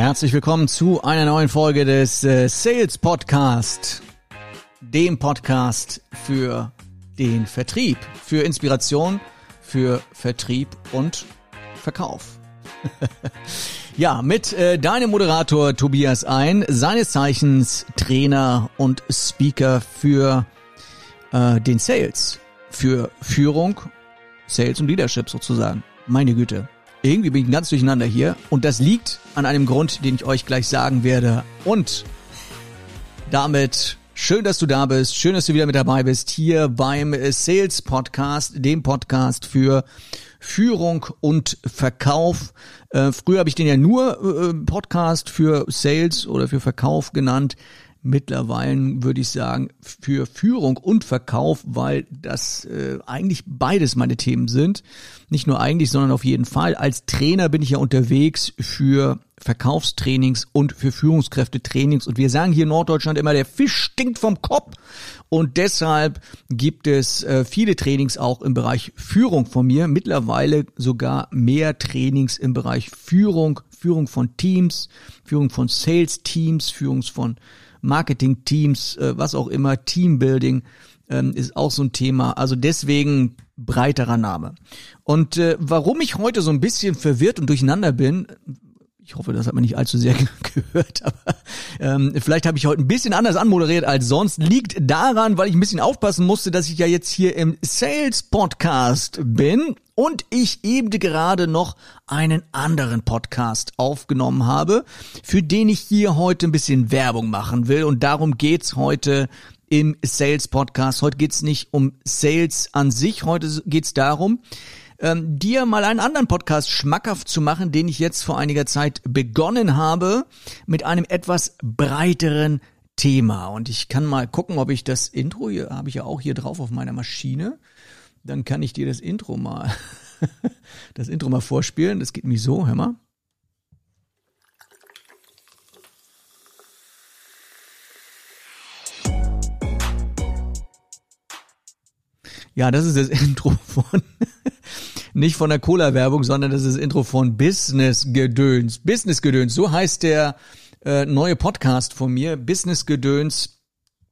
Herzlich willkommen zu einer neuen Folge des Sales Podcast, dem Podcast für den Vertrieb, für Inspiration, für Vertrieb und Verkauf. Ja, mit deinem Moderator Tobias Ein, seines Zeichens Trainer und Speaker für den Sales, für Führung, Sales und Leadership sozusagen. Meine Güte. Irgendwie bin ich ganz durcheinander hier und das liegt an einem Grund, den ich euch gleich sagen werde. Und damit schön, dass du da bist, schön, dass du wieder mit dabei bist hier beim Sales Podcast, dem Podcast für Führung und Verkauf. Früher habe ich den ja nur Podcast für Sales oder für Verkauf genannt. Mittlerweile würde ich sagen für Führung und Verkauf, weil das eigentlich beides meine Themen sind. Nicht nur eigentlich, sondern auf jeden Fall. Als Trainer bin ich ja unterwegs für Verkaufstrainings und für Führungskräftetrainings. Und wir sagen hier in Norddeutschland immer, der Fisch stinkt vom Kopf. Und deshalb gibt es viele Trainings auch im Bereich Führung von mir. Mittlerweile sogar mehr Trainings im Bereich Führung, Führung von Teams, Führung von Sales-Teams, Führung von Marketing-Teams, was auch immer, Teambuilding ist auch so ein Thema. Also deswegen breiterer Name. Und warum ich heute so ein bisschen verwirrt und durcheinander bin, ich hoffe, das hat man nicht allzu sehr gehört, aber vielleicht habe ich heute ein bisschen anders anmoderiert als sonst. Liegt daran, weil ich ein bisschen aufpassen musste, dass ich ja jetzt hier im Sales-Podcast bin und ich eben gerade noch einen anderen Podcast aufgenommen habe, für den ich hier heute ein bisschen Werbung machen will. Und darum geht's heute im Sales-Podcast. Heute geht's nicht um Sales an sich, heute geht's darum, dir mal einen anderen Podcast schmackhaft zu machen, den ich jetzt vor einiger Zeit begonnen habe, mit einem etwas breiteren Thema. Und ich kann mal gucken, ob ich das Intro, hier habe ich ja auch hier drauf auf meiner Maschine, dann kann ich dir das Intro mal vorspielen. Das geht nämlich so, hör mal. Ja, das ist das Intro von, nicht von der Cola-Werbung, sondern das ist das Intro von Business Gedöns. Business Gedöns, so heißt der neue Podcast von mir, Business Gedöns.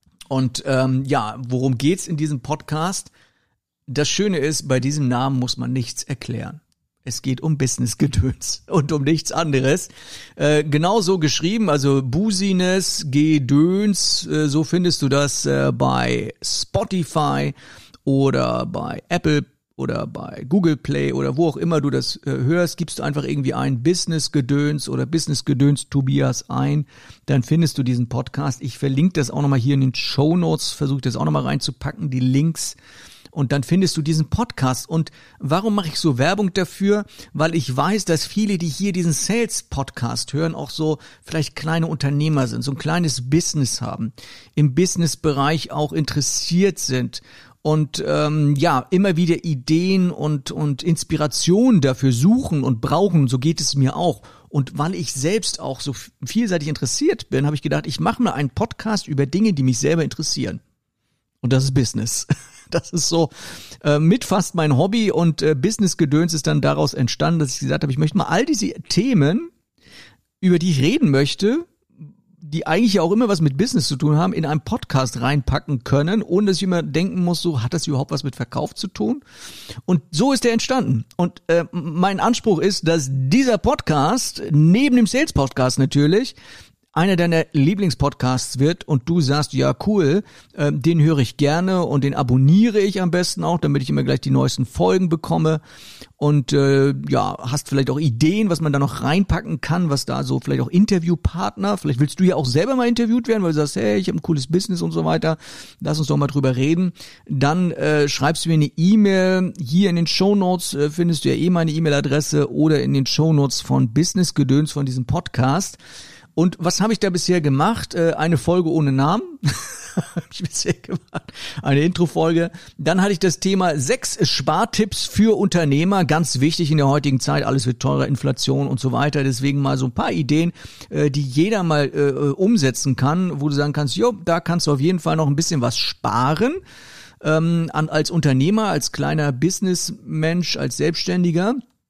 Und ja, worum geht's in diesem Podcast? Das Schöne ist, bei diesem Namen muss man nichts erklären. Es geht um Business-Gedöns und um nichts anderes. Genauso geschrieben, also Business, Gedöns, so findest du das bei Spotify oder bei Apple oder bei Google Play oder wo auch immer du das hörst, gibst du einfach irgendwie ein Business-Gedöns oder Business-Gedöns Tobias ein, dann findest du diesen Podcast. Ich verlinke das auch nochmal hier in den Shownotes, versuche das auch nochmal reinzupacken, die Links. Und dann findest du diesen Podcast. Und warum mache ich so Werbung dafür? Weil ich weiß, dass viele, die hier diesen Sales-Podcast hören, auch so vielleicht kleine Unternehmer sind, so ein kleines Business haben, im Business-Bereich auch interessiert sind und ja, immer wieder Ideen und Inspiration dafür suchen und brauchen. So geht es mir auch. Und weil ich selbst auch so vielseitig interessiert bin, habe ich gedacht, ich mache mal einen Podcast über Dinge, die mich selber interessieren. Und das ist Business. Das ist so mit fast mein Hobby und Business-Gedöns ist dann daraus entstanden, dass ich gesagt habe, ich möchte mal all diese Themen, über die ich reden möchte, die eigentlich ja auch immer was mit Business zu tun haben, in einen Podcast reinpacken können, ohne dass ich immer denken muss, so hat das überhaupt was mit Verkauf zu tun? Und so ist der entstanden. Und mein Anspruch ist, dass dieser Podcast, neben dem Sales-Podcast natürlich, einer deiner Lieblingspodcasts wird und du sagst, ja cool, den höre ich gerne und den abonniere ich am besten auch, damit ich immer gleich die neuesten Folgen bekomme und ja, hast vielleicht auch Ideen, was man da noch reinpacken kann, was da so vielleicht auch Interviewpartner, vielleicht willst du ja auch selber mal interviewt werden, weil du sagst, hey, ich habe ein cooles Business und so weiter, lass uns doch mal drüber reden. Dann schreibst du mir eine E-Mail, hier in den Shownotes findest du ja eh meine E-Mail-Adresse oder in den Shownotes von Business Gedöns von diesem Podcast. Und was habe ich da bisher gemacht? Eine Folge ohne Namen. Habe ich bisher gemacht. Eine Introfolge. Dann hatte ich das Thema 6 Spartipps für Unternehmer. Ganz wichtig in der heutigen Zeit. Alles wird teurer, Inflation und so weiter. Deswegen mal so ein paar Ideen, die jeder mal umsetzen kann, wo du sagen kannst, jo, da kannst du auf jeden Fall noch ein bisschen was sparen. Als Unternehmer, als kleiner Businessmensch, als Selbstständiger.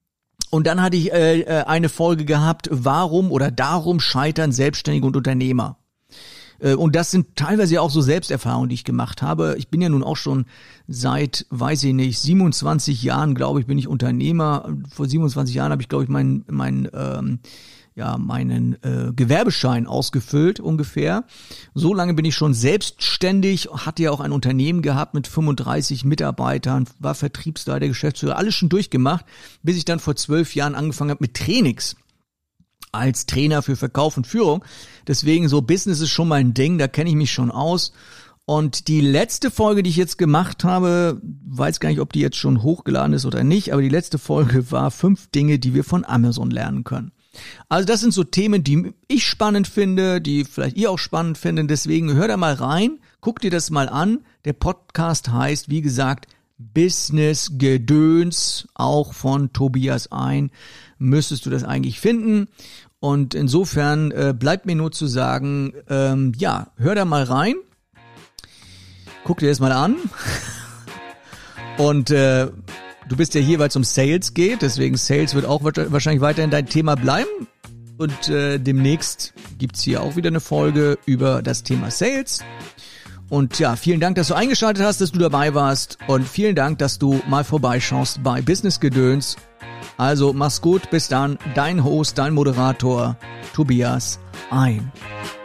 Und dann hatte ich eine Folge gehabt, warum oder darum scheitern Selbstständige und Unternehmer. Und das sind teilweise auch so Selbsterfahrungen, die ich gemacht habe. Ich bin ja nun auch schon seit, 27 Jahren, glaube ich, bin ich Unternehmer. Vor 27 Jahren habe ich, glaube ich, meinen Gewerbeschein ausgefüllt ungefähr. So lange bin ich schon selbstständig, hatte ja auch ein Unternehmen gehabt mit 35 Mitarbeitern, war Vertriebsleiter, Geschäftsführer, alles schon durchgemacht, bis ich dann vor 12 Jahren angefangen habe mit Trainings als Trainer für Verkauf und Führung. Deswegen so Business ist schon mein Ding, da kenne ich mich schon aus. Und die letzte Folge, die ich jetzt gemacht habe, weiß gar nicht, ob die jetzt schon hochgeladen ist oder nicht, aber die letzte Folge war 5 Dinge, die wir von Amazon lernen können. Also das sind so Themen, die ich spannend finde, die vielleicht ihr auch spannend findet. Deswegen hör da mal rein, guck dir das mal an. Der Podcast heißt, wie gesagt, Business Gedöns, auch von Tobias Ein. Müsstest du das eigentlich finden. Und insofern bleibt mir nur zu sagen, hör da mal rein. Guck dir das mal an. Und du bist ja hier, weil es um Sales geht. Deswegen Sales wird auch wahrscheinlich weiterhin dein Thema bleiben. Und demnächst gibt's hier auch wieder eine Folge über das Thema Sales. Und ja, vielen Dank, dass du eingeschaltet hast, dass du dabei warst. Und vielen Dank, dass du mal vorbeischaust bei Business Gedöns. Also mach's gut, bis dann. Dein Host, dein Moderator, Tobias Ein.